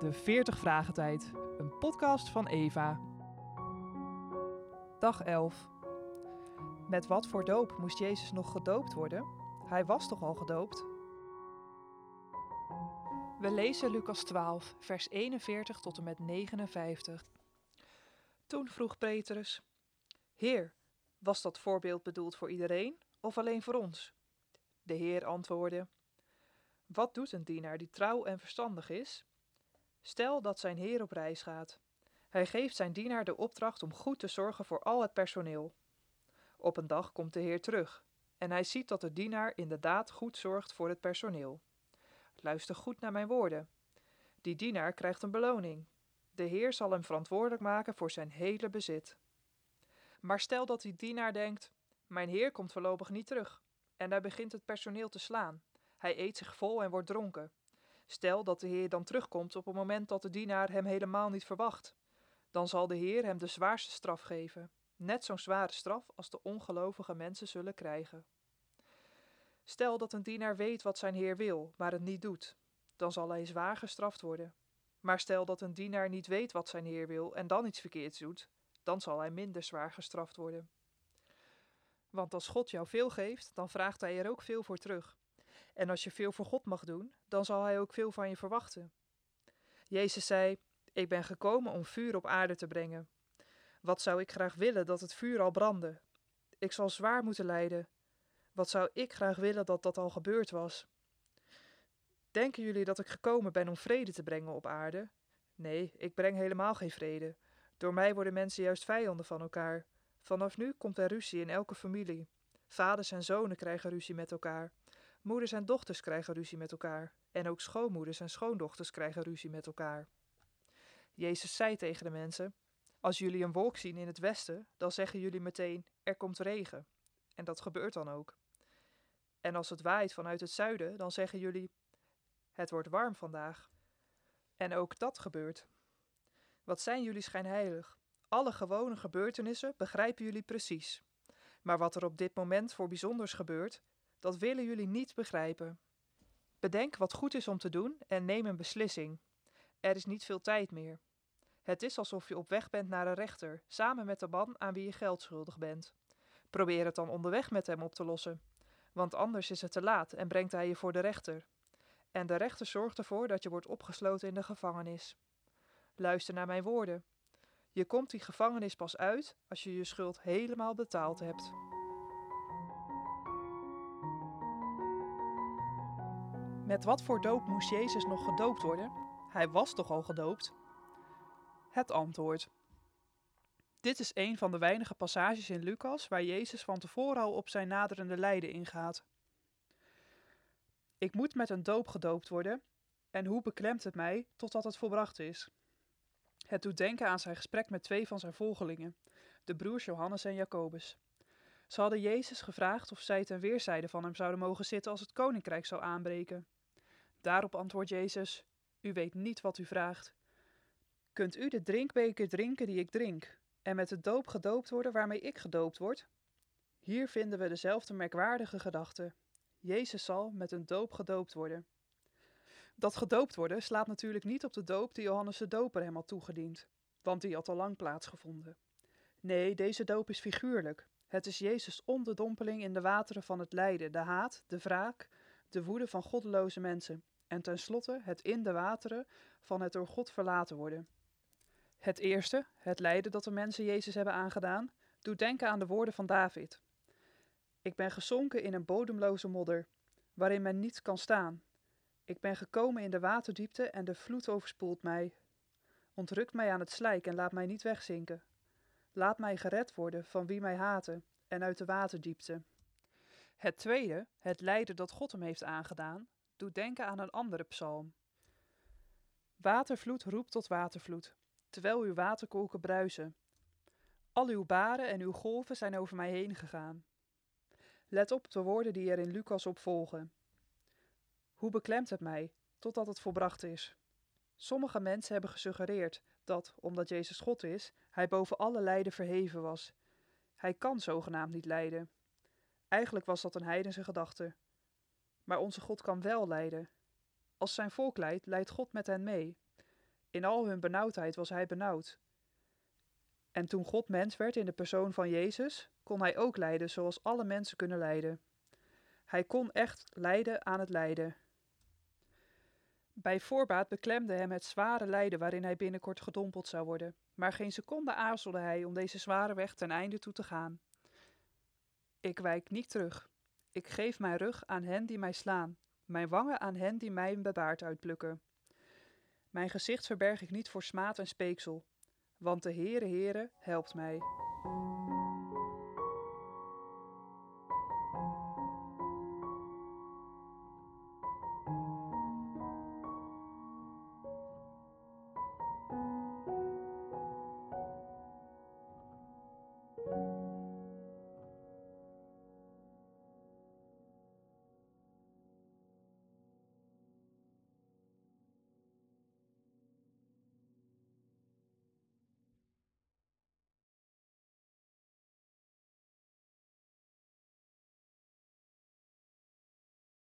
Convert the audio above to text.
De 40 Vragen Tijd, een podcast van Eva. Dag 11. Met wat voor doop moest Jezus nog gedoopt worden? Hij was toch al gedoopt? We lezen Lucas 12, vers 41 tot en met 59. Toen vroeg Petrus: Heer, was dat voorbeeld bedoeld voor iedereen of alleen voor ons? De Heer antwoordde: Wat doet een dienaar die trouw en verstandig is? Stel dat zijn heer op reis gaat. Hij geeft zijn dienaar de opdracht om goed te zorgen voor al het personeel. Op een dag komt de heer terug en hij ziet dat de dienaar inderdaad goed zorgt voor het personeel. Luister goed naar mijn woorden. Die dienaar krijgt een beloning. De heer zal hem verantwoordelijk maken voor zijn hele bezit. Maar stel dat die dienaar denkt: mijn heer komt voorlopig niet terug. En hij begint het personeel te slaan. Hij eet zich vol en wordt dronken. Stel dat de heer dan terugkomt op het moment dat de dienaar hem helemaal niet verwacht. Dan zal de heer hem de zwaarste straf geven. Net zo'n zware straf als de ongelovige mensen zullen krijgen. Stel dat een dienaar weet wat zijn heer wil, maar het niet doet. Dan zal hij zwaar gestraft worden. Maar stel dat een dienaar niet weet wat zijn heer wil en dan iets verkeerds doet, dan zal hij minder zwaar gestraft worden. Want als God jou veel geeft, dan vraagt hij er ook veel voor terug. En als je veel voor God mag doen, dan zal hij ook veel van je verwachten. Jezus zei: Ik ben gekomen om vuur op aarde te brengen. Wat zou ik graag willen dat het vuur al brandde? Ik zal zwaar moeten lijden. Wat zou ik graag willen dat dat al gebeurd was? Denken jullie dat ik gekomen ben om vrede te brengen op aarde? Nee, ik breng helemaal geen vrede. Door mij worden mensen juist vijanden van elkaar. Vanaf nu komt er ruzie in elke familie. Vaders en zonen krijgen ruzie met elkaar. Moeders en dochters krijgen ruzie met elkaar. En ook schoonmoeders en schoondochters krijgen ruzie met elkaar. Jezus zei tegen de mensen: Als jullie een wolk zien in het westen, dan zeggen jullie meteen: er komt regen. En dat gebeurt dan ook. En als het waait vanuit het zuiden, dan zeggen jullie: het wordt warm vandaag. En ook dat gebeurt. Wat zijn jullie schijnheilig? Alle gewone gebeurtenissen begrijpen jullie precies. Maar wat er op dit moment voor bijzonders gebeurt, dat willen jullie niet begrijpen. Bedenk wat goed is om te doen en neem een beslissing. Er is niet veel tijd meer. Het is alsof je op weg bent naar een rechter, samen met de man aan wie je geld schuldig bent. Probeer het dan onderweg met hem op te lossen, want anders is het te laat en brengt hij je voor de rechter. En de rechter zorgt ervoor dat je wordt opgesloten in de gevangenis. Luister naar mijn woorden. Je komt die gevangenis pas uit als je je schuld helemaal betaald hebt. Met wat voor doop moest Jezus nog gedoopt worden? Hij was toch al gedoopt? Het antwoord. Dit is een van de weinige passages in Lucas waar Jezus van tevoren al op zijn naderende lijden ingaat. Ik moet met een doop gedoopt worden, en hoe beklemt het mij totdat het volbracht is. Het doet denken aan zijn gesprek met 2 van zijn volgelingen, de broers Johannes en Jacobus. Ze hadden Jezus gevraagd of zij ten weerszijde van hem zouden mogen zitten als het koninkrijk zou aanbreken. Daarop antwoordt Jezus: U weet niet wat u vraagt. Kunt u de drinkbeker drinken die ik drink, en met de doop gedoopt worden waarmee ik gedoopt word? Hier vinden we dezelfde merkwaardige gedachte. Jezus zal met een doop gedoopt worden. Dat gedoopt worden slaat natuurlijk niet op de doop die Johannes de Doper hem had toegediend, want die had al lang plaatsgevonden. Nee, deze doop is figuurlijk. Het is Jezus' onderdompeling in de wateren van het lijden, de haat, de wraak, de woede van goddeloze mensen en tenslotte het in de wateren van het door God verlaten worden. Het eerste, het lijden dat de mensen Jezus hebben aangedaan, doet denken aan de woorden van David. Ik ben gezonken in een bodemloze modder, waarin men niet kan staan. Ik ben gekomen in de waterdiepte en de vloed overspoelt mij. Ontruk mij aan het slijk en laat mij niet wegzinken. Laat mij gered worden van wie mij haten en uit de waterdiepte. Het tweede, het lijden dat God hem heeft aangedaan, doet denken aan een andere psalm. Watervloed roept tot watervloed, terwijl uw waterkolken bruisen. Al uw baren en uw golven zijn over mij heen gegaan. Let op de woorden die er in Lucas op volgen. Hoe beklemt het mij, totdat het volbracht is? Sommige mensen hebben gesuggereerd dat, omdat Jezus God is, hij boven alle lijden verheven was. Hij kan zogenaamd niet lijden. Eigenlijk was dat een heidense gedachte. Maar onze God kan wel lijden. Als zijn volk lijdt, lijdt God met hen mee. In al hun benauwdheid was hij benauwd. En toen God mens werd in de persoon van Jezus, kon hij ook lijden zoals alle mensen kunnen lijden. Hij kon echt lijden aan het lijden. Bij voorbaat beklemde hem het zware lijden waarin hij binnenkort gedompeld zou worden, maar geen seconde aarzelde hij om deze zware weg ten einde toe te gaan. Ik wijk niet terug. Ik geef mijn rug aan hen die mij slaan, mijn wangen aan hen die mij een baard uitplukken. Mijn gezicht verberg ik niet voor smaad en speeksel, want de Heere helpt mij.